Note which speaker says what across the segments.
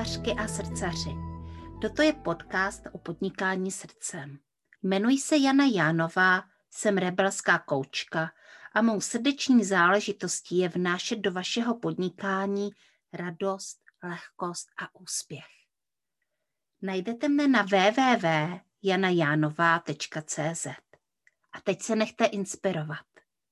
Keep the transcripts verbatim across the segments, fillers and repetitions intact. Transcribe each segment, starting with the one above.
Speaker 1: srdcařky a srdcaři. Toto je podcast o podnikání srdcem. Jmenuji se Jana Jánová, jsem rebelská koučka a mou srdeční záležitostí je vnášet do vašeho podnikání radost, lehkost a úspěch. Najdete mne na w w w tečka jana jánová tečka c z. A teď se nechte inspirovat.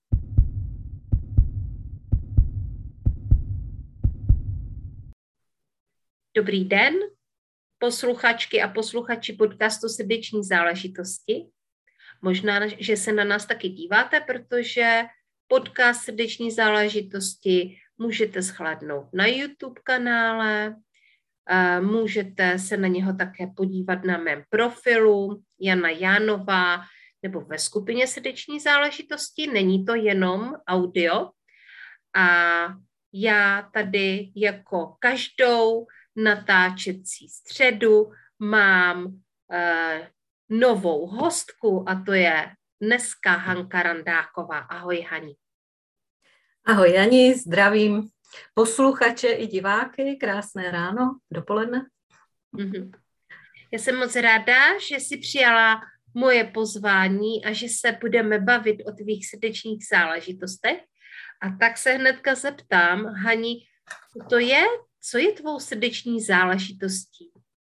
Speaker 2: Dobrý den, posluchačky a posluchači podcastu Srdeční záležitosti. Možná, že se na nás taky díváte, protože podcast Srdeční záležitosti můžete shlédnout na YouTube kanále, můžete se na něho také podívat na mém profilu Jana Jánová nebo ve skupině Srdeční záležitosti. Není to jenom audio. A já tady jako každou natáčecí středu mám uh, novou hostku a to je dneska Hanka Randáková. Ahoj, Hani.
Speaker 3: Ahoj, Jani, zdravím posluchače i diváky, krásné ráno, dopoledne.
Speaker 2: Mm-hmm. Já jsem moc ráda, že jsi přijala moje pozvání a že se budeme bavit o tvých srdečních záležitostech. A tak se hnedka zeptám, Hani, co to je? Co je tvou srdeční záležitostí?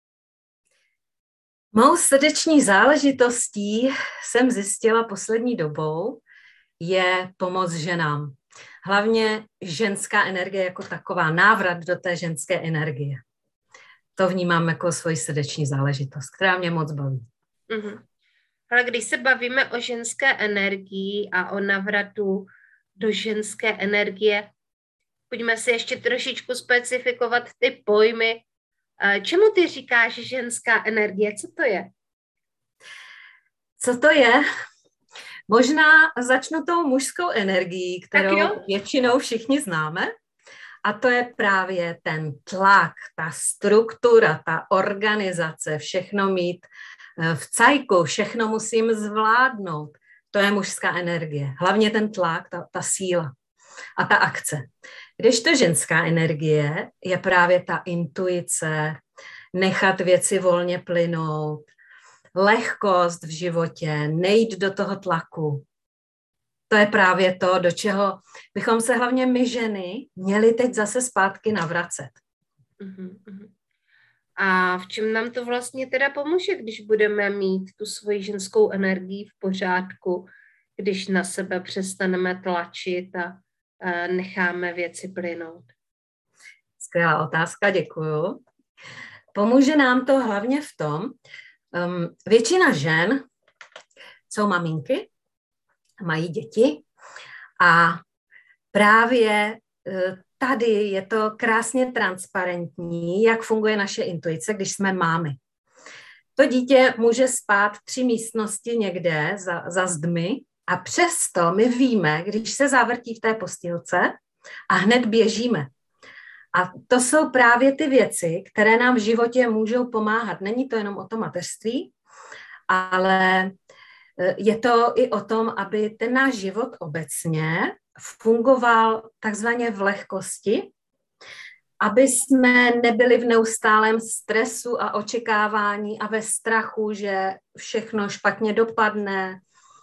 Speaker 3: Mou srdeční záležitostí jsem zjistila poslední dobou je pomoc ženám. Hlavně ženská energie jako taková, návrat do té ženské energie. To vnímám jako svoji srdeční záležitost, která mě moc baví.
Speaker 2: Mm-hmm. Ale když se bavíme o ženské energii a o návratu do ženské energie, pojďme si ještě trošičku specifikovat ty pojmy. Čemu ty říkáš ženská energie? Co to je?
Speaker 3: Co to je? Možná začnu tou mužskou energií, kterou většinou všichni známe. A to je právě ten tlak, ta struktura, ta organizace, všechno mít v cajku, všechno musím zvládnout. To je mužská energie. Hlavně ten tlak, ta, ta síla a ta akce. Kdežto ženská energie je právě ta intuice, nechat věci volně plynout, lehkost v životě, nejít do toho tlaku. To je právě to, do čeho bychom se hlavně my ženy měli teď zase zpátky navracet.
Speaker 2: Uh-huh. A v čem nám to vlastně teda pomůže, když budeme mít tu svoji ženskou energii v pořádku, když na sebe přestaneme tlačit a necháme věci plynout?
Speaker 3: Skvělá otázka, děkuju. Pomůže nám to hlavně v tom, um, většina žen jsou maminky, mají děti a právě uh, tady je to krásně transparentní, jak funguje naše intuice, když jsme mámy. To dítě může spát tři místnosti někde za, za zdmi, a přesto my víme, když se zavrtí v té postýlce a hned běžíme. A to jsou právě ty věci, které nám v životě můžou pomáhat. Není to jenom o tom mateřství, ale je to i o tom, aby ten náš život obecně fungoval takzvaně v lehkosti, aby jsme nebyli v neustálém stresu a očekávání a ve strachu, že všechno špatně dopadne.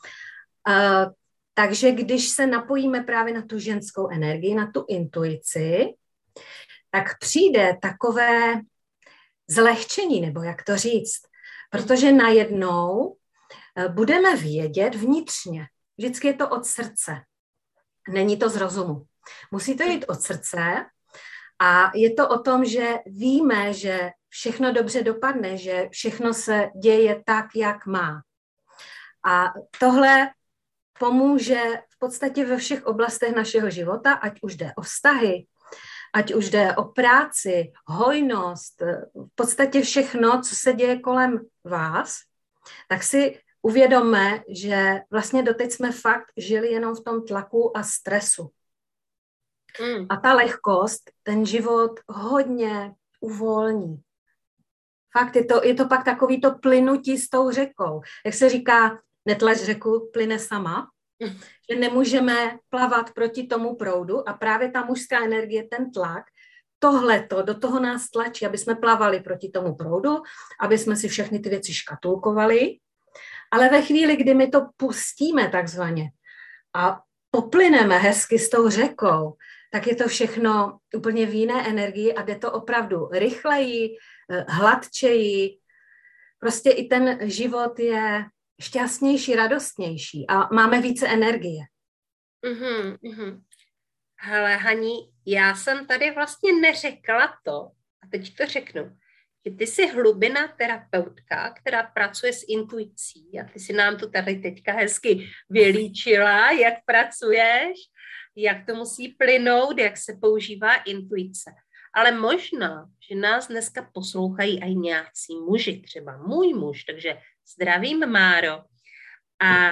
Speaker 3: Uh, takže když se napojíme právě na tu ženskou energii, na tu intuici, tak přijde takové zlehčení, nebo jak to říct, protože najednou uh, budeme vědět vnitřně. Vždycky je to od srdce. Není to z rozumu. Musí to jít od srdce a je to o tom, že víme, že všechno dobře dopadne, že všechno se děje tak, jak má. A tohle pomůže v podstatě ve všech oblastech našeho života, ať už jde o vztahy, ať už jde o práci, hojnost, v podstatě všechno, co se děje kolem vás, tak si uvědomme, že vlastně doteď jsme fakt žili jenom v tom tlaku a stresu. Mm. A ta lehkost ten život hodně uvolní. Fakt je to, je to pak takový to plynutí s tou řekou. Jak se říká, netlač řeku, plyne sama, že nemůžeme plavat proti tomu proudu a právě ta mužská energie, ten tlak, tohleto, do toho nás tlačí, aby jsme plavali proti tomu proudu, aby jsme si všechny ty věci škatulkovali. Ale ve chvíli, kdy my to pustíme takzvaně a poplyneme hezky s tou řekou, tak je to všechno úplně v jiné energii a jde to opravdu rychleji, hladčeji. Prostě i ten život je šťastnější, radostnější a máme více energie.
Speaker 2: Mm-hmm, mm-hmm. Hele, Hani, já jsem tady vlastně neřekla to, a teď to řeknu, že ty jsi hlubinná terapeutka, která pracuje s intuicí a ty si nám to tady teďka hezky vylíčila, jak pracuješ, jak to musí plynout, jak se používá intuice. Ale možná, že nás dneska poslouchají i nějací muži, třeba můj muž, takže zdravím, Máro. A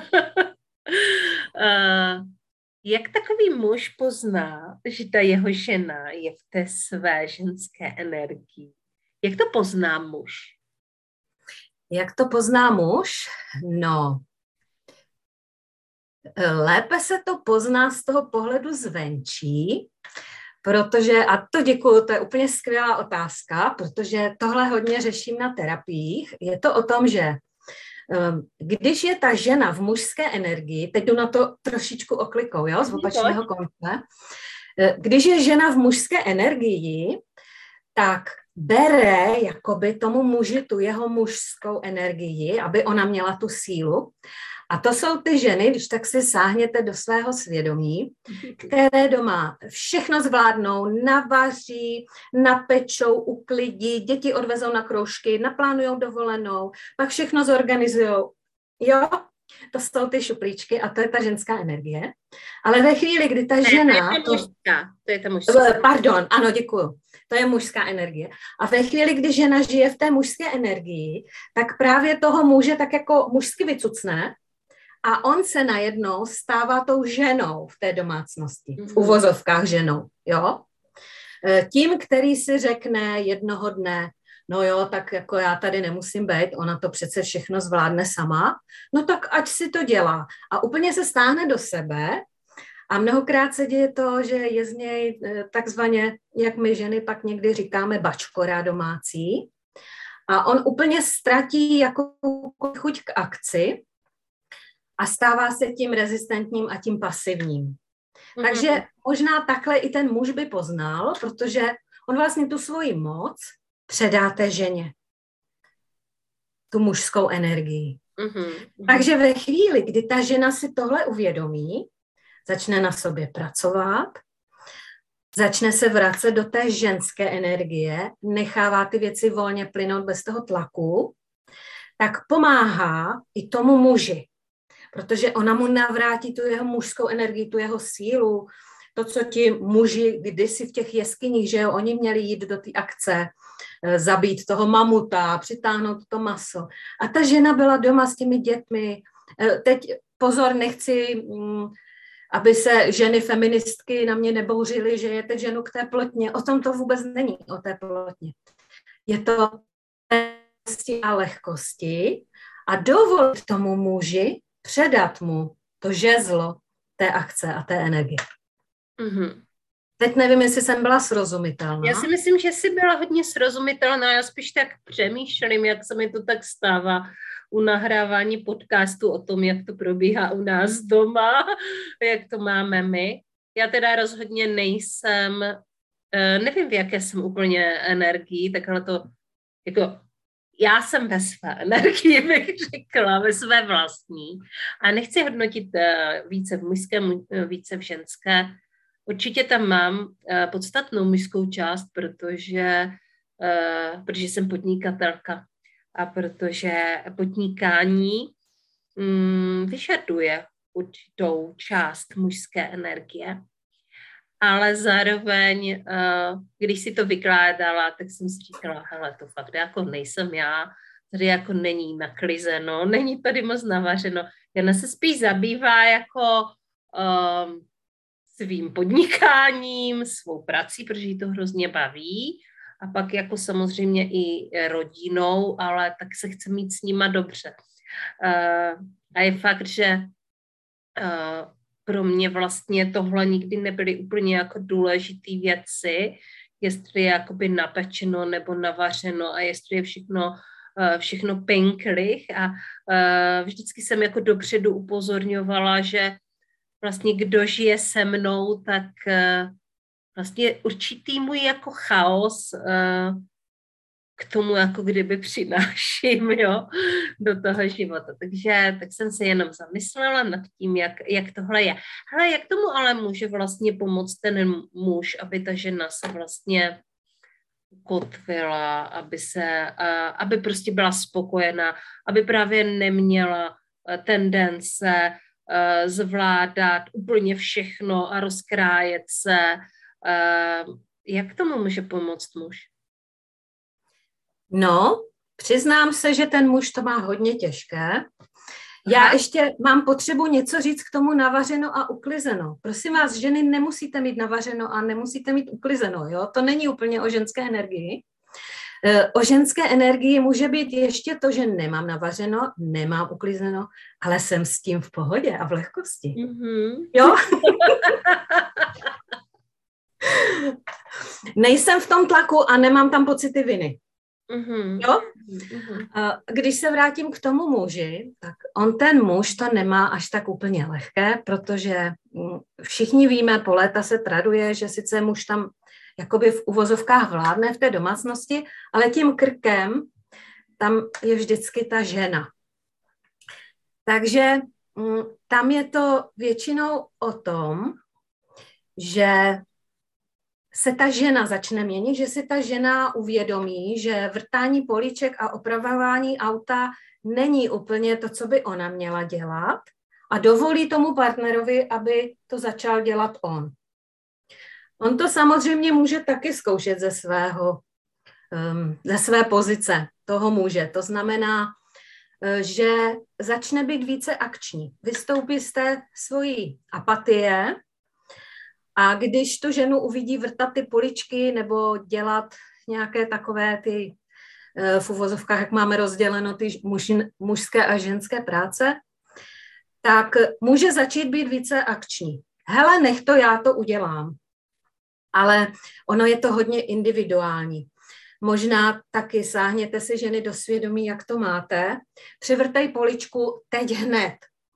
Speaker 2: uh, jak takový muž pozná, že ta jeho žena je v té své ženské energii? Jak to pozná muž?
Speaker 3: Jak to pozná muž? No, lépe se to pozná z toho pohledu zvenčí, protože, a to děkuju, to je úplně skvělá otázka, protože tohle hodně řeším na terapiích. Je to o tom, že když je ta žena v mužské energii, teď jdu na to trošičku oklikou, jo, z opačného konce, když je žena v mužské energii, tak bere jakoby tomu muži tu jeho mužskou energii, aby ona měla tu sílu. A to jsou ty ženy, když tak si sáhněte do svého svědomí, které doma všechno zvládnou, navaří, napečou, uklidí, děti odvezou na kroužky, naplánujou dovolenou, pak všechno zorganizujou. Jo, to jsou ty šuplíčky a to je ta ženská energie. Ale ve chvíli, kdy ta
Speaker 2: ne,
Speaker 3: žena...
Speaker 2: To je ta mužská. To je ta mužská.
Speaker 3: Pardon, ano, děkuju. To je mužská energie. A ve chvíli, kdy žena žije v té mužské energii, tak právě toho muže tak jako mužsky vycucne a on se najednou stává tou ženou v té domácnosti, v uvozovkách ženou, jo? Tím, který si řekne jednoho dne, no jo, tak jako já tady nemusím být, ona to přece všechno zvládne sama, no tak ať si to dělá. A úplně se stáhne do sebe a mnohokrát se děje to, že je z něj takzvaně, jak my ženy pak někdy říkáme, bačkora domácí. A on úplně ztratí jako chuť k akci a stává se tím rezistentním a tím pasivním. Mm-hmm. Takže možná takhle i ten muž by poznal, protože on vlastně tu svoji moc předá té ženě. Tu mužskou energii. Mm-hmm. Takže ve chvíli, kdy ta žena si tohle uvědomí, začne na sobě pracovat, začne se vracet do té ženské energie, nechává ty věci volně plynout bez toho tlaku, tak pomáhá i tomu muži, protože ona mu navrátí tu jeho mužskou energii, tu jeho sílu, to, co ti muži kdysi v těch jeskyních, že jo, oni měli jít do té akce, zabít toho mamuta, přitáhnout to maso. A ta žena byla doma s těmi dětmi. Teď pozor, nechci, aby se ženy feministky na mě nebouřily, že jete ženu k té plotně. O tom to vůbec není, o té plotně. Je to a lehkosti a dovolit tomu muži předat mu to žezlo té akce a té energie. Mm-hmm. Teď nevím, jestli jsem byla srozumitelná.
Speaker 2: Já si myslím, že jsi byla hodně srozumitelná. Já spíš tak přemýšlím, jak se mi to tak stává u nahrávání podcastu o tom, jak to probíhá u nás doma, jak to máme my. Já teda rozhodně nejsem, nevím, v jaké jsem úplně energii, takhle to, jako já jsem ve své energii, bych řekla, ve své vlastní. A nechci hodnotit více v mužské, více v ženské. Určitě tam mám uh, podstatnou mužskou část, protože, uh, protože jsem podnikatelka a protože podnikání um, vyžaduje určitou část mužské energie. Ale zároveň, uh, když si to vykládala, tak jsem si říkala, hele, to fakt jako nejsem já, tady jako není naklizeno, není tady moc navařeno. Jana se spíš zabývá jako um, svým podnikáním, svou prací, protože jí to hrozně baví a pak jako samozřejmě i rodinou, ale tak se chce mít s nima dobře. Uh, a je fakt, že uh, pro mě vlastně tohle nikdy nebyly úplně jako důležitý věci. jestli je jakoby napečeno nebo navařeno a jestli je všechno, všechno penklich a vždycky jsem jako dopředu upozorňovala, že vlastně kdo žije se mnou, tak vlastně určitý můj jako chaos k tomu jako kdyby přináším, jo, do toho života. Takže tak jsem se jenom zamyslela nad tím, jak, jak tohle je. Hele, jak tomu ale může vlastně pomoct ten muž, aby ta žena se vlastně ukotvila, aby se, aby prostě byla spokojená, aby právě neměla tendence zvládat úplně všechno a rozkrájet se. Jak tomu může pomoct muž?
Speaker 3: No, přiznám se, že ten muž to má hodně těžké. Já Aha. ještě mám potřebu něco říct k tomu navařeno a uklizeno. Prosím vás, ženy, nemusíte mít navařeno a nemusíte mít uklizeno, jo? To není úplně o ženské energii. O ženské energii může být ještě to, že nemám navařeno, nemám uklizeno, ale jsem s tím v pohodě a v lehkosti. Mm-hmm. Jo? Nejsem v tom tlaku a nemám tam pocity viny. Mm-hmm. Jo? Mm-hmm. Když se vrátím k tomu muži, tak on ten muž to nemá až tak úplně lehké, protože všichni víme, po léta se traduje, že sice muž tam jakoby v uvozovkách vládne v té domácnosti, ale tím krkem tam je vždycky ta žena. Takže tam je to většinou o tom, že se ta žena začne měnit, že si ta žena uvědomí, že vrtání políček a opravování auta není úplně to, co by ona měla dělat a dovolí tomu partnerovi, aby to začal dělat on. On to samozřejmě může taky zkoušet ze svého, ze své pozice toho muže. To znamená, že začne být více akční. Vystoupí z té svojí apatie a když tu ženu uvidí vrtat ty poličky nebo dělat nějaké takové ty v uvozovkách, jak máme rozděleno ty muž, mužské a ženské práce, tak může začít být více akční. Hele, nech to, já to udělám. Ale ono je to hodně individuální. Možná taky sáhněte si ženy do svědomí, jak to máte. Převrtej poličku teď hned.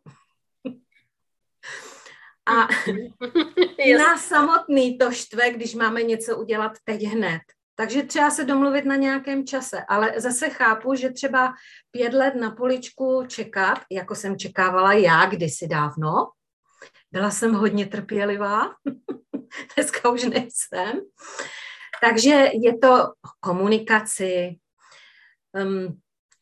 Speaker 3: A i nás samotný to štve, když máme něco udělat teď hned. Takže třeba se domluvit na nějakém čase, ale zase chápu, že třeba pět let na poličku čekat, jako jsem čekávala já kdysi dávno. Byla jsem hodně trpělivá, dneska už nejsem. Takže je to o komunikaci, um,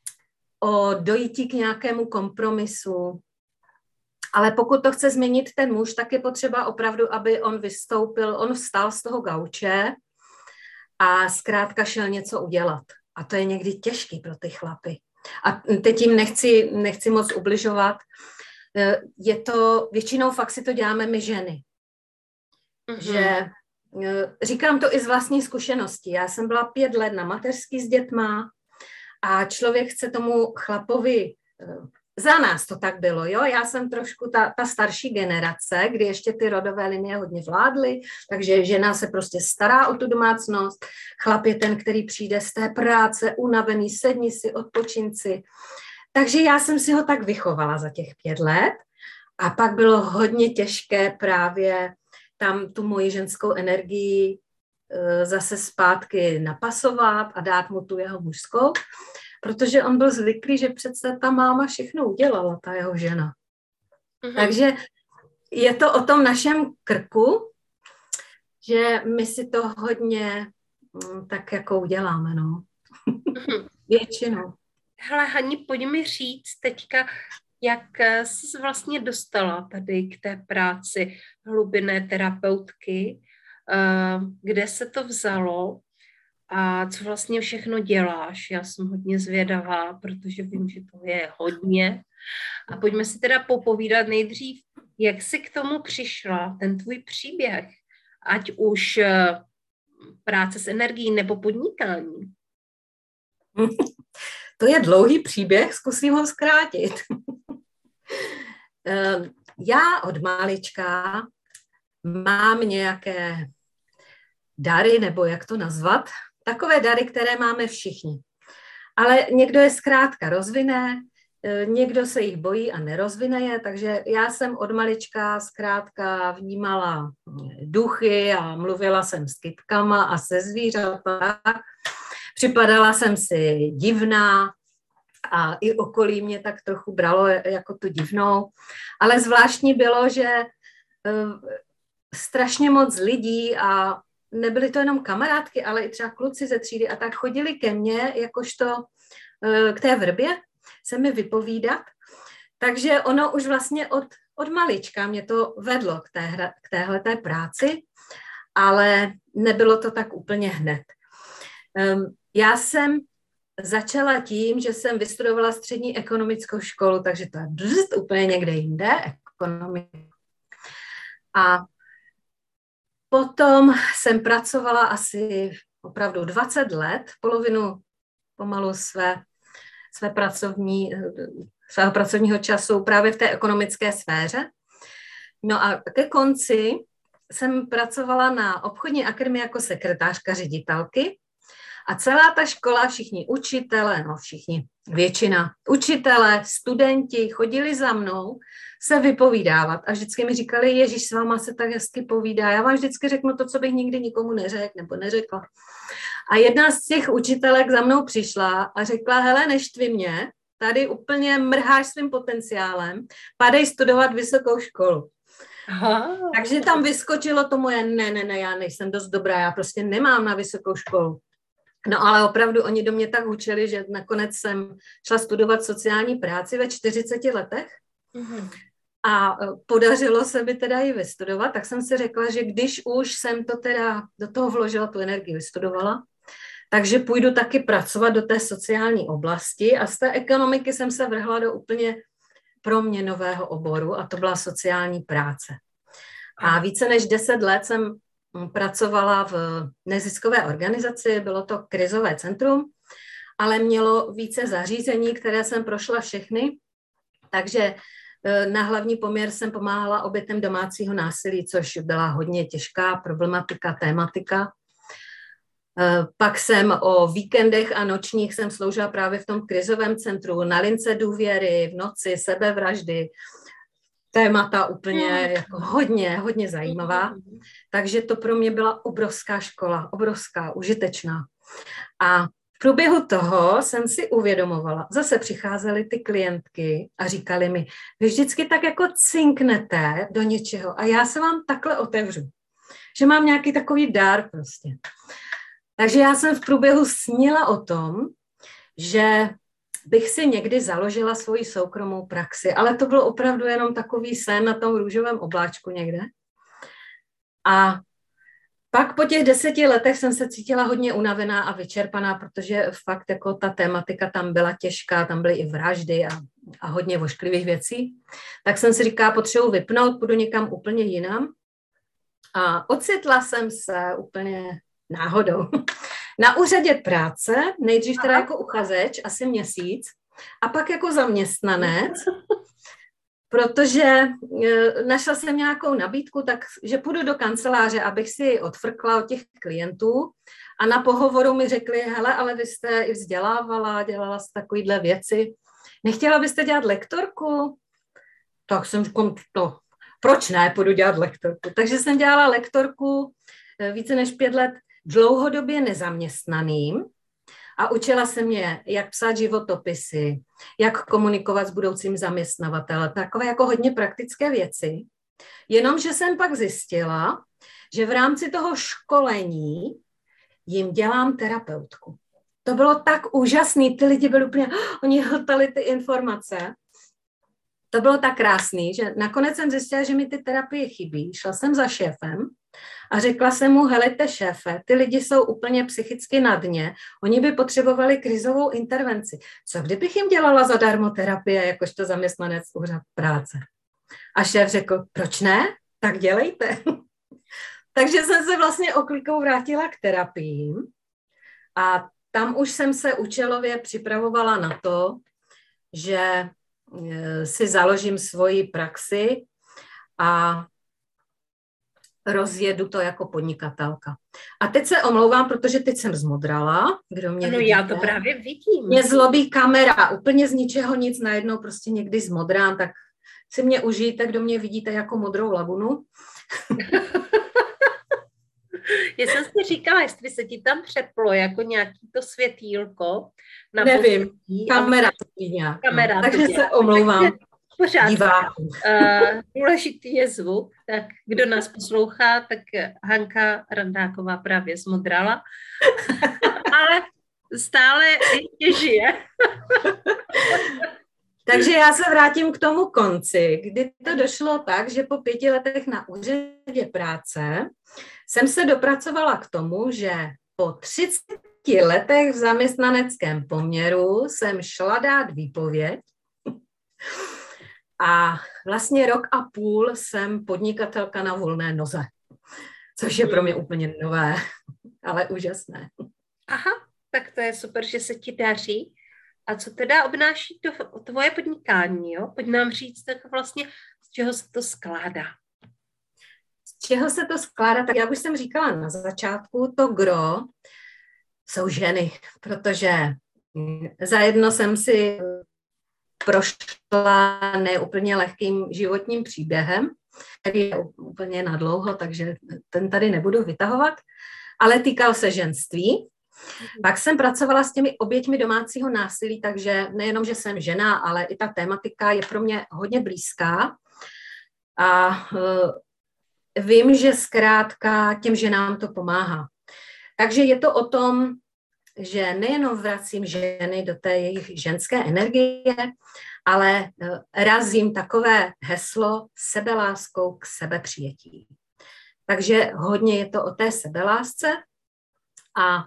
Speaker 3: o dojítí k nějakému kompromisu. Ale pokud to chce změnit ten muž, tak je potřeba opravdu, aby on vystoupil, on vstal z toho gauče a zkrátka šel něco udělat. A to je někdy těžký pro ty chlapy. A teď jim nechci, nechci moc ubližovat. Je to, většinou fakt si to děláme my ženy. Mm-hmm. Že říkám to i z vlastní zkušenosti. Já jsem byla pět let na mateřský s dětma a člověk chce tomu chlapovi, za nás to tak bylo, jo, já jsem trošku ta, ta starší generace, kdy ještě ty rodové linie hodně vládly, takže žena se prostě stará o tu domácnost, chlap je ten, který přijde z té práce, unavený, sedni si, odpočin si. Takže já jsem si ho tak vychovala za těch pět let a pak bylo hodně těžké právě tam tu moji ženskou energii e, zase zpátky napasovat a dát mu tu jeho mužskou, protože on byl zvyklý, že přece ta máma všechno udělala, ta jeho žena. Mm-hmm. Takže je to o tom našem krku, že my si to hodně mm, tak jako uděláme, no. Mm-hmm. Většinou.
Speaker 2: Hele, Hani, pojď mi říct teďka, jak jsi vlastně dostala tady k té práci hlubinné terapeutky, kde se to vzalo a co vlastně všechno děláš. Já jsem hodně zvědavá, protože vím, že to je hodně. A pojďme si teda popovídat nejdřív, jak jsi k tomu přišla, ten tvůj příběh, ať už práce s energií nebo podnikání.
Speaker 3: To je dlouhý příběh, zkusím ho zkrátit. Já od malička mám nějaké dary, nebo jak to nazvat, takové dary, které máme všichni. Ale někdo je zkrátka rozvine, někdo se jich bojí a nerozvine je, takže já jsem od malička zkrátka vnímala duchy a mluvila jsem s kytkama a se zvířata. Připadala jsem si divná a i okolí mě tak trochu bralo jako tu divnou, ale zvláštní bylo, že strašně moc lidí a nebyly to jenom kamarádky, ale i třeba kluci ze třídy a tak chodili ke mně jakožto k té vrbě se mi vypovídat. Takže ono už vlastně od, od malička mě to vedlo k, té, k téhleté práci, ale nebylo to tak úplně hned. Um, já jsem začala tím, že jsem vystudovala střední ekonomickou školu, takže to je bzzt, úplně někde jinde, ekonomika. A potom jsem pracovala asi opravdu dvacet let, polovinu pomalu své, své pracovní, svého pracovního času právě v té ekonomické sféře. No a ke konci jsem pracovala na obchodní akademii jako sekretářka ředitelky a celá ta škola, všichni učitelé, no všichni, většina učitelé, studenti chodili za mnou se vypovídávat a vždycky mi říkali, Ježíš, s váma se tak hezky povídá, já vám vždycky řeknu to, co bych nikdy nikomu neřekl nebo neřekla. A jedna z těch učitelek za mnou přišla a řekla, hele, neštvi mě, tady úplně mrháš svým potenciálem, padej studovat vysokou školu. Aha. Takže tam vyskočilo to moje, ne, ne, ne, já nejsem dost dobrá, já prostě nemám na vysokou školu. No ale opravdu oni do mě tak učili, že nakonec jsem šla studovat sociální práci ve čtyřiceti letech mm-hmm. a podařilo se mi teda ji vystudovat, tak jsem si řekla, že když už jsem to teda do toho vložila tu energii, vystudovala, takže půjdu taky pracovat do té sociální oblasti a z té ekonomiky jsem se vrhla do úplně pro mě nového oboru a to byla sociální práce. A více než deset let jsem pracovala v neziskové organizaci, bylo to krizové centrum, ale mělo více zařízení, které jsem prošla všechny, takže na hlavní poměr jsem pomáhala obětem domácího násilí, což byla hodně těžká problematika, tématika. Pak jsem o víkendech a nočních jsem sloužila právě v tom krizovém centru, na lince důvěry, v noci, sebevraždy, témata úplně jako hodně, hodně zajímavá. Takže to pro mě byla obrovská škola, obrovská, užitečná. A v průběhu toho jsem si uvědomovala, zase přicházely ty klientky a říkali mi, vy vždycky tak jako cinknete do něčeho a já se vám takhle otevřu, že mám nějaký takový dár prostě. Takže já jsem v průběhu snila o tom, že bych si někdy založila svoji soukromou praxi, ale to byl opravdu jenom takový sen na tom růžovém obláčku někde. A pak po těch deseti letech jsem se cítila hodně unavená a vyčerpaná, protože fakt jako ta tematika tam byla těžká, tam byly i vraždy a, a hodně ošklivých věcí. Tak jsem si říkala, potřebuji vypnout, půjdu někam úplně jinam. A ocitla jsem se úplně náhodou na úřadě práce, nejdřív teda jako uchazeč, asi měsíc, a pak jako zaměstnanec, protože e, našla jsem nějakou nabídku, takže půjdu do kanceláře, abych si odfrkla od těch klientů a na pohovoru mi řekli, hele, ale vy jste i vzdělávala, dělala jste takovýhle věci, nechtěla byste dělat lektorku? Tak jsem říkala, to, proč ne, půjdu dělat lektorku. Takže jsem dělala lektorku e, více než pět let dlouhodobě nezaměstnaným a učila se mě, jak psát životopisy, jak komunikovat s budoucím zaměstnavatelem, takové jako hodně praktické věci. Jenomže jsem pak zjistila, že v rámci toho školení jim dělám terapeutku. To bylo tak úžasný, ty lidi byli úplně, oni hltali ty informace. To bylo tak krásný, že nakonec jsem zjistila, že mi ty terapie chybí. Šla jsem za šéfem a řekla jsem mu, helejte šéfe, ty lidi jsou úplně psychicky na dně, oni by potřebovali krizovou intervenci. Co kdybych jim dělala zadarmo terapie, jakožto zaměstnanec úřad práce? A šéf řekl, proč ne? Tak dělejte. Takže jsem se vlastně oklikou vrátila k terapiím a tam už jsem se účelově připravovala na to, že si založím svoji praxi a rozjedu to jako podnikatelka. A teď se omlouvám, protože teď jsem zmodrala. Kdo mě
Speaker 2: No
Speaker 3: vidíte?
Speaker 2: já to právě vidím.
Speaker 3: Mě zlobí kamera, úplně z ničeho nic, najednou prostě někdy zmodrám, tak si mě užijte, kdo mě vidíte jako modrou lagunu.
Speaker 2: Já jsem si říkala, jestli se ti tam přeplo jako nějaký to světýlko. Na
Speaker 3: Nevím,
Speaker 2: pozadí,
Speaker 3: kamera to nějak.
Speaker 2: Kamera
Speaker 3: no.
Speaker 2: to
Speaker 3: Takže
Speaker 2: dělá.
Speaker 3: se omlouvám divákům.
Speaker 2: Uh, důležitý je zvuk, tak kdo nás poslouchá, tak Hanka Randáková právě zmodrala, ale stále ještě žije.
Speaker 3: Takže já se vrátím k tomu konci, kdy to došlo tak, že po pěti letech na úřadě práce jsem se dopracovala k tomu, že po třiceti letech v zaměstnaneckém poměru jsem šla dát výpověď a vlastně rok a půl jsem podnikatelka na volné noze, což je pro mě úplně nové, ale úžasné.
Speaker 2: Aha, tak to je super, že se ti daří. A co teda obnáší to tvoje podnikání, jo? Pojď nám říct, tak vlastně z čeho se to skládá.
Speaker 3: Z čeho se to skládá? Tak jak už jsem říkala na začátku, to gro jsou ženy, protože zajedno jsem si prošla neúplně lehkým životním příběhem, který je úplně nadlouho, takže ten tady nebudu vytahovat, ale týkal se ženství. Pak jsem pracovala s těmi oběťmi domácího násilí, takže nejenom, že jsem žena, ale i ta tématika je pro mě hodně blízká. A uh, vím, že zkrátka těm ženám to pomáhá. Takže je to o tom, že nejenom vracím ženy do té jejich ženské energie, ale uh, razím takové heslo sebeláskou k sebepřijetí. Takže hodně je to o té sebelásce a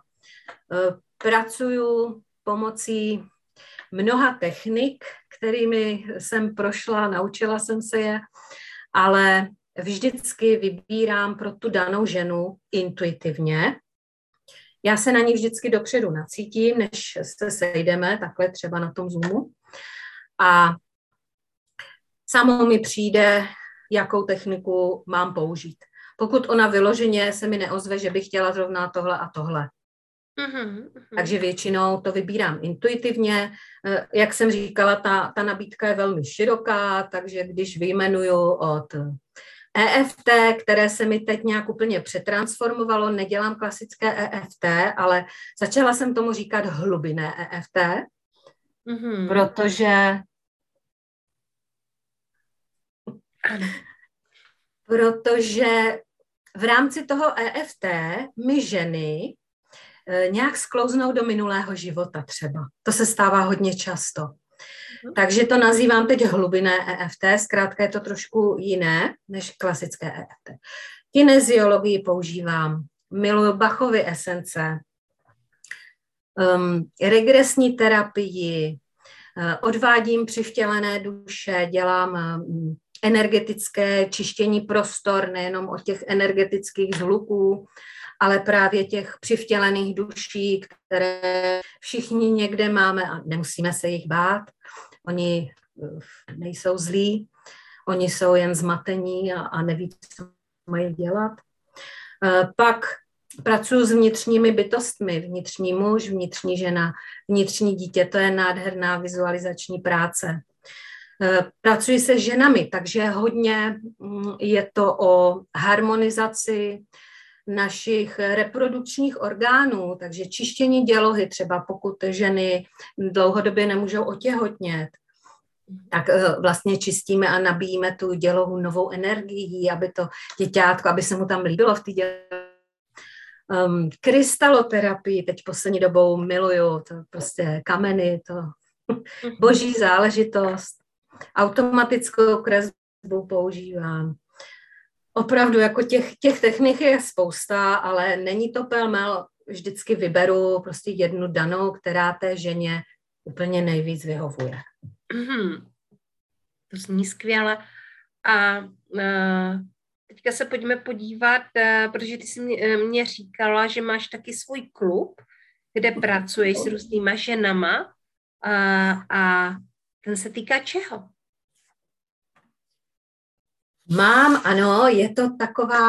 Speaker 3: pracuju pomocí mnoha technik, kterými jsem prošla, naučila jsem se je, ale vždycky vybírám pro tu danou ženu intuitivně. Já se na ní vždycky dopředu nacítím, než se sejdeme, takhle třeba na tom Zoomu. A samou mi přijde, jakou techniku mám použít. Pokud ona vyloženě se mi neozve, že bych chtěla zrovna tohle a tohle. Uhum, uhum. Takže většinou to vybírám intuitivně. Jak jsem říkala, ta, ta nabídka je velmi široká, takže když vyjmenuju od E F T, které se mi teď nějak úplně přetransformovalo, nedělám klasické E F T, ale začala jsem tomu říkat hlubinné E F T, uhum. protože protože v rámci toho E F T my ženy nějak sklouznou do minulého života třeba. To se stává hodně často. Takže to nazývám teď hlubinné E F T, zkrátka je to trošku jiné než klasické E F T. Kineziologii používám, miluju Bachovy esence, um, regresní terapii, uh, odvádím přivtělené duše, dělám um, energetické čištění prostor, nejenom od těch energetických zhluků, ale právě těch přivtělených duší, které všichni někde máme a nemusíme se jich bát. Oni nejsou zlí, oni jsou jen zmatení a, a neví, co mají dělat. Pak pracuji s vnitřními bytostmi, vnitřní muž, vnitřní žena, vnitřní dítě, to je nádherná vizualizační práce. Pracuji se ženami, takže hodně je to o harmonizaci našich reprodukčních orgánů, takže čištění dělohy, třeba pokud ženy dlouhodobě nemůžou otěhotnět, tak vlastně čistíme a nabíjíme tu dělohu novou energií, aby to děťátko, aby se mu tam líbilo v té děloze. Um, krystaloterapii teď poslední dobou miluju, to prostě kameny, to boží záležitost. Automatickou kresbu používám. Opravdu, jako těch, těch technik je spousta, ale není to pelmel, vždycky vyberu prostě jednu danou, která té ženě úplně nejvíc vyhovuje.
Speaker 2: Mm-hmm. To zní skvěle. A uh, teďka se pojďme podívat, uh, protože ty jsi mě, mě říkala, že máš taky svůj klub, kde pracuješ s různýma ženama uh, a ten se týká čeho?
Speaker 3: Mám, ano, je to taková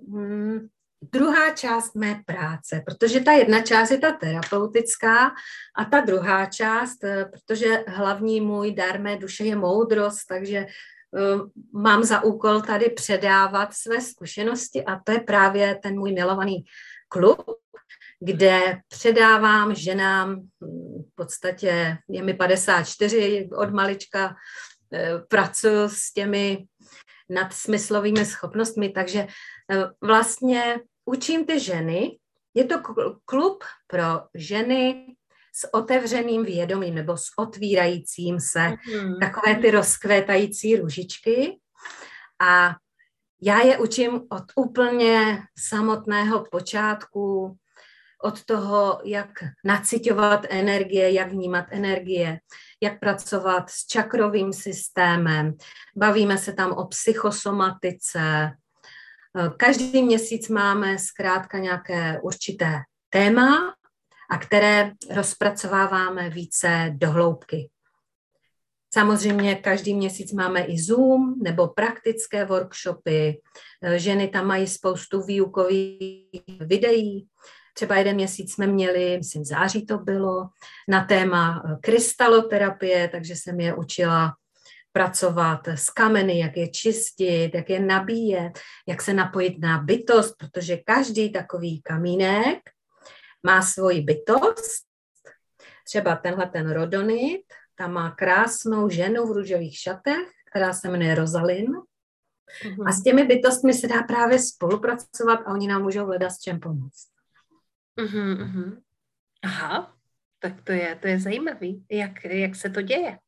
Speaker 3: hm, druhá část mé práce, protože ta jedna část je ta terapeutická a ta druhá část, protože hlavní můj dar mé duše je moudrost, takže uh, mám za úkol tady předávat své zkušenosti a to je právě ten můj milovaný klub, kde předávám ženám, v podstatě je mi padesát čtyři, od malička pracuji s těmi nadsmyslovými schopnostmi, takže vlastně učím ty ženy, je to klub pro ženy s otevřeným vědomím nebo s otvírajícím se, mm-hmm. takové ty rozkvétající růžičky a já je učím od úplně samotného počátku, od toho, jak naciťovat energie, jak vnímat energie, jak pracovat s čakrovým systémem. Bavíme se tam o psychosomatice. Každý měsíc máme zkrátka nějaké určité téma, a které rozpracováváme více do hloubky. Samozřejmě každý měsíc máme i Zoom nebo praktické workshopy. Ženy tam mají spoustu výukových videí. Třeba jeden měsíc jsme měli, myslím, v září to bylo, na téma krystaloterapie, takže jsem je učila pracovat s kameny, jak je čistit, jak je nabíjet, jak se napojit na bytost, protože každý takový kamínek má svoji bytost. Třeba tenhle ten rodonit, tam má krásnou ženu v růžových šatech, která se jmenuje Rosalind. Mm-hmm. A s těmi bytostmi se dá právě spolupracovat a oni nám můžou hledat s čem pomoct.
Speaker 2: Mm-hmm. Aha, tak to je, to je zajímavý. Jak, jak se to děje?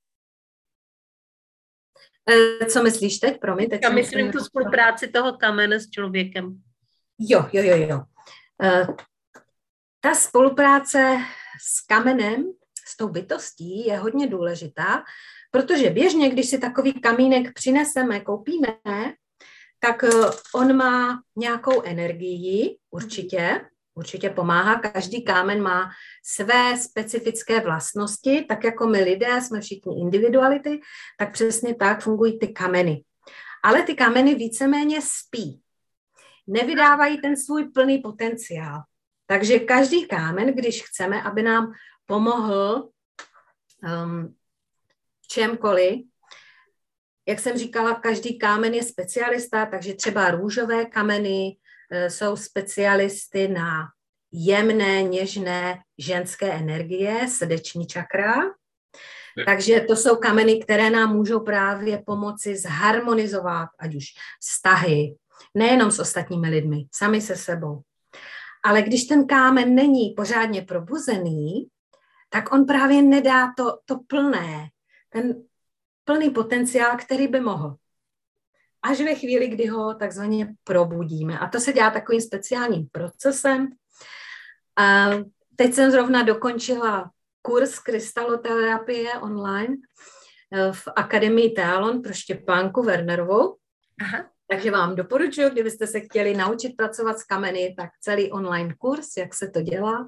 Speaker 3: E, co myslíš teď? Promiň, teď
Speaker 2: Já myslím tu spolupráci toho kamene s člověkem.
Speaker 3: Jo, jo, jo, jo. E, ta spolupráce s kamenem, s tou bytostí je hodně důležitá, protože běžně, když si takový kamínek přineseme, koupíme, tak on má nějakou energii, určitě, určitě pomáhá. Každý kámen má své specifické vlastnosti, tak jako my lidé jsme všichni individuality, tak přesně tak fungují ty kameny. Ale ty kameny víceméně spí. Nevydávají ten svůj plný potenciál. Takže každý kámen, když chceme, aby nám pomohl um, v čemkoliv, jak jsem říkala, každý kámen je specialista, takže třeba růžové kameny uh, jsou specialisty na jemné, něžné ženské energie, srdeční čakra. Takže to jsou kameny, které nám můžou právě pomoci zharmonizovat, ať už vztahy, nejenom s ostatními lidmi, sami se sebou. Ale když ten kámen není pořádně probuzený, tak on právě nedá to, to plné, ten plný potenciál, který by mohl. Až ve chvíli, kdy ho takzvaně probudíme. A to se dělá takovým speciálním procesem. A teď jsem zrovna dokončila kurz krystaloterapie online v Akademii Tealon pro Štěpánku Wernerovou. Aha. Takže vám doporučuji, kdybyste se chtěli naučit pracovat s kameny, tak celý online kurz, jak se to dělá.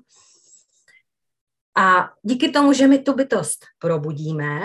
Speaker 3: A díky tomu, že my tu bytost probudíme,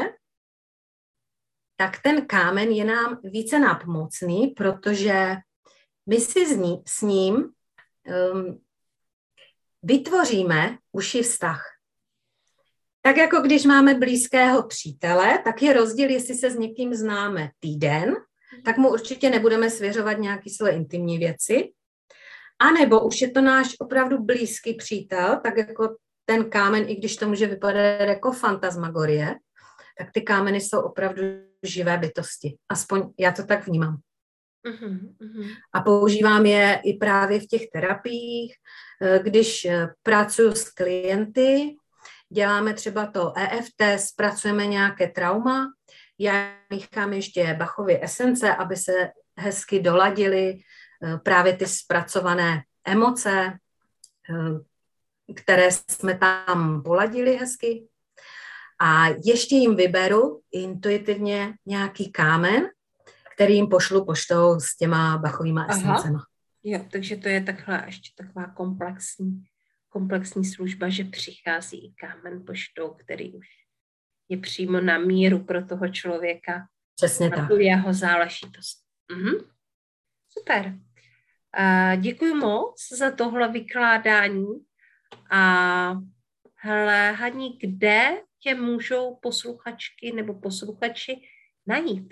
Speaker 3: tak ten kámen je nám více nápomocný, protože my si s, ní, s ním um, vytvoříme užší vztah. Tak jako když máme blízkého přítele, tak je rozdíl, jestli se s někým známe týden, tak mu určitě nebudeme svěřovat nějaké své intimní věci. A nebo už je to náš opravdu blízký přítel, tak jako ten kámen, i když to může vypadat jako fantasmagorie, tak ty kámeny jsou opravdu živé bytosti. Aspoň já to tak vnímám.
Speaker 2: Uh-huh, uh-huh.
Speaker 3: A používám je i právě v těch terapiích, když pracuji s klienty, děláme třeba to E F T, zpracujeme nějaké trauma, já míchám ještě Bachovy esence, aby se hezky doladily právě ty zpracované emoce, které jsme tam poladili hezky. A ještě jim vyberu intuitivně nějaký kámen, který jim pošlu poštou s těma Bachovýma esencema.
Speaker 2: Jo, takže to je takhle ještě taková komplexní, komplexní služba, že přichází i kámen poštou, který už je přímo na míru pro toho člověka.
Speaker 3: Přesně
Speaker 2: na
Speaker 3: tak.
Speaker 2: tu jeho záležitost. Mhm. Super. A děkuji moc za tohle vykládání. A hele, Hani, kde tě můžou posluchačky nebo posluchači najít?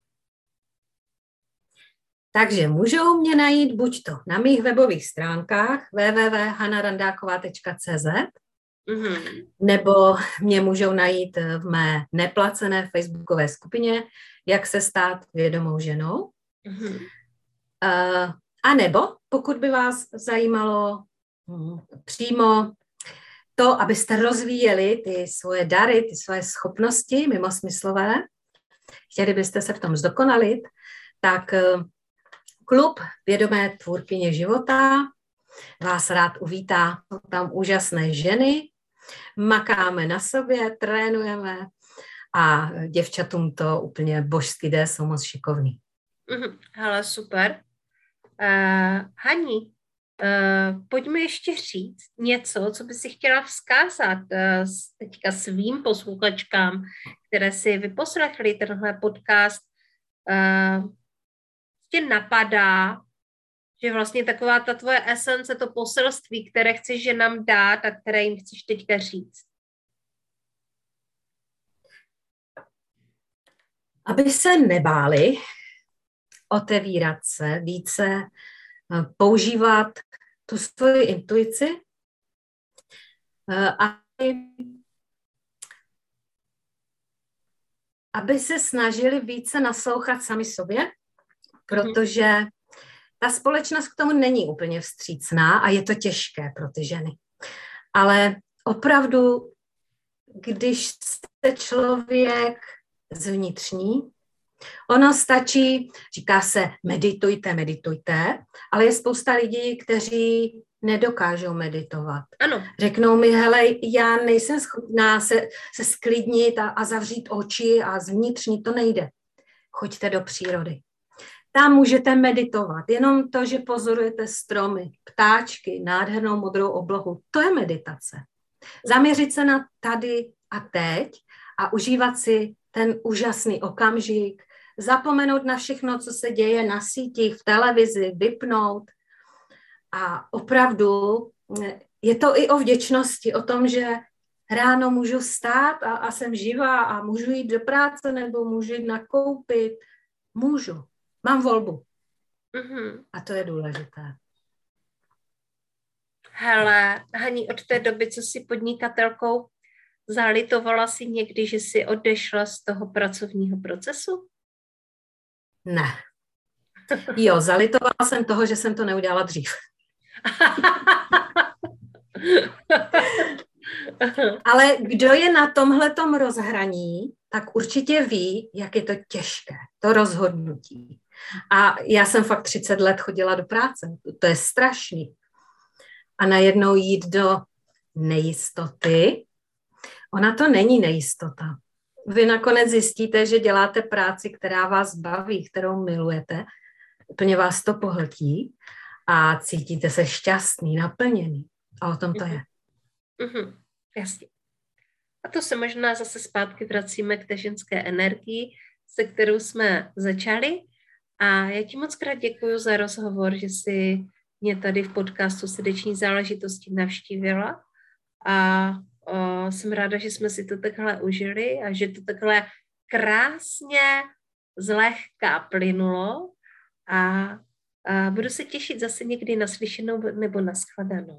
Speaker 3: Takže můžou mě najít buď to na mých webových stránkách w w w tečka hana randáková tečka c z
Speaker 2: Mm-hmm.
Speaker 3: nebo mě můžou najít v mé neplacené facebookové skupině Jak se stát vědomou ženou.
Speaker 2: Mm-hmm.
Speaker 3: Uh, a nebo pokud by vás zajímalo hm, přímo to, abyste rozvíjeli ty svoje dary, ty svoje schopnosti mimosmyslové, chtěli byste se v tom zdokonalit, tak uh, klub Vědomé tvůrkyně života vás rád uvítá. Jsou tam úžasné ženy, makáme na sobě, trénujeme a děvčatům to úplně božsky jde, jsou moc šikovný.
Speaker 2: Mm-hmm. Hele, super. Uh, Hani, uh, pojďme ještě říct něco, co by si chtěla vzkázat uh, teďka svým posluchačkám, které si vyposlechly tenhle podcast. Uh, tě napadá, že vlastně taková ta tvoje esence, to poselství, které chceš ženám dát a které jim chceš teďka říct.
Speaker 3: Aby se nebáli otevírat se, více používat tu svoji intuici a aby se snažili více naslouchat sami sobě, protože ta společnost k tomu není úplně vstřícná a je to těžké pro ty ženy. Ale opravdu, když jste člověk zvnitřní, ono stačí, říká se meditujte, meditujte, ale je spousta lidí, kteří nedokážou meditovat.
Speaker 2: Ano.
Speaker 3: Řeknou mi, hele, já nejsem schopná se, se sklidnit a, a zavřít oči a zvnitřní, to nejde. Choďte do přírody. Tam můžete meditovat. Jenom to, že pozorujete stromy, ptáčky, nádhernou modrou oblohu, to je meditace. Zaměřit se na tady a teď a užívat si ten úžasný okamžik, zapomenout na všechno, co se děje na sítích, v televizi, vypnout. A opravdu je to i o vděčnosti, o tom, že ráno můžu stát a, a jsem živá a můžu jít do práce nebo můžu jít nakoupit. Můžu. Mám volbu.
Speaker 2: Mm-hmm.
Speaker 3: A to je důležité.
Speaker 2: Hele, Hani, od té doby, co jsi podnikatelkou, zalitovala jsi někdy, že jsi odešla z toho pracovního procesu?
Speaker 3: Ne. Jo, zalitovala jsem toho, že jsem to neudělala dřív. Ale kdo je na tomhletom rozhraní, tak určitě ví, jak je to těžké, to rozhodnutí. A já jsem fakt třicet let chodila do práce, to je strašný. A najednou jít do nejistoty, ona to není nejistota. Vy nakonec zjistíte, že děláte práci, která vás baví, kterou milujete, úplně vás to pohltí a cítíte se šťastný, naplněný. A o tom to je.
Speaker 2: Mm-hmm. Jasně. A to se možná zase zpátky vracíme k té ženské energii, se kterou jsme začali. A já ti moc krát děkuju za rozhovor, že jsi mě tady v podcastu Srdeční záležitosti navštívila. A o, jsem ráda, že jsme si to takhle užili a že to takhle krásně zlehka plynulo. A, a budu se těšit zase někdy na slyšenou nebo na shledanou.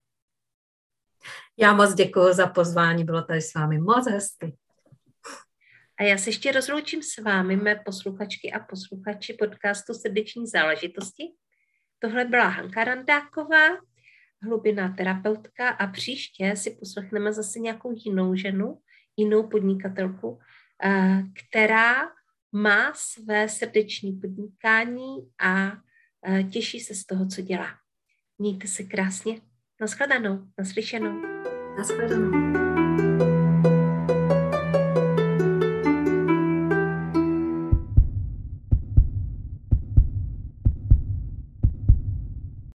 Speaker 3: Já moc děkuji za pozvání, bylo tady s vámi moc hezky.
Speaker 2: A já se ještě rozloučím s vámi, mé posluchačky a posluchači podcastu Srdeční záležitosti. Tohle byla Hanka Randáková, hlubinná terapeutka a příště si poslechneme zase nějakou jinou ženu, jinou podnikatelku, která má své srdeční podnikání a těší se z toho, co dělá. Mějte se krásně. Nashledanou, naslyšenou.
Speaker 3: Nashledanou.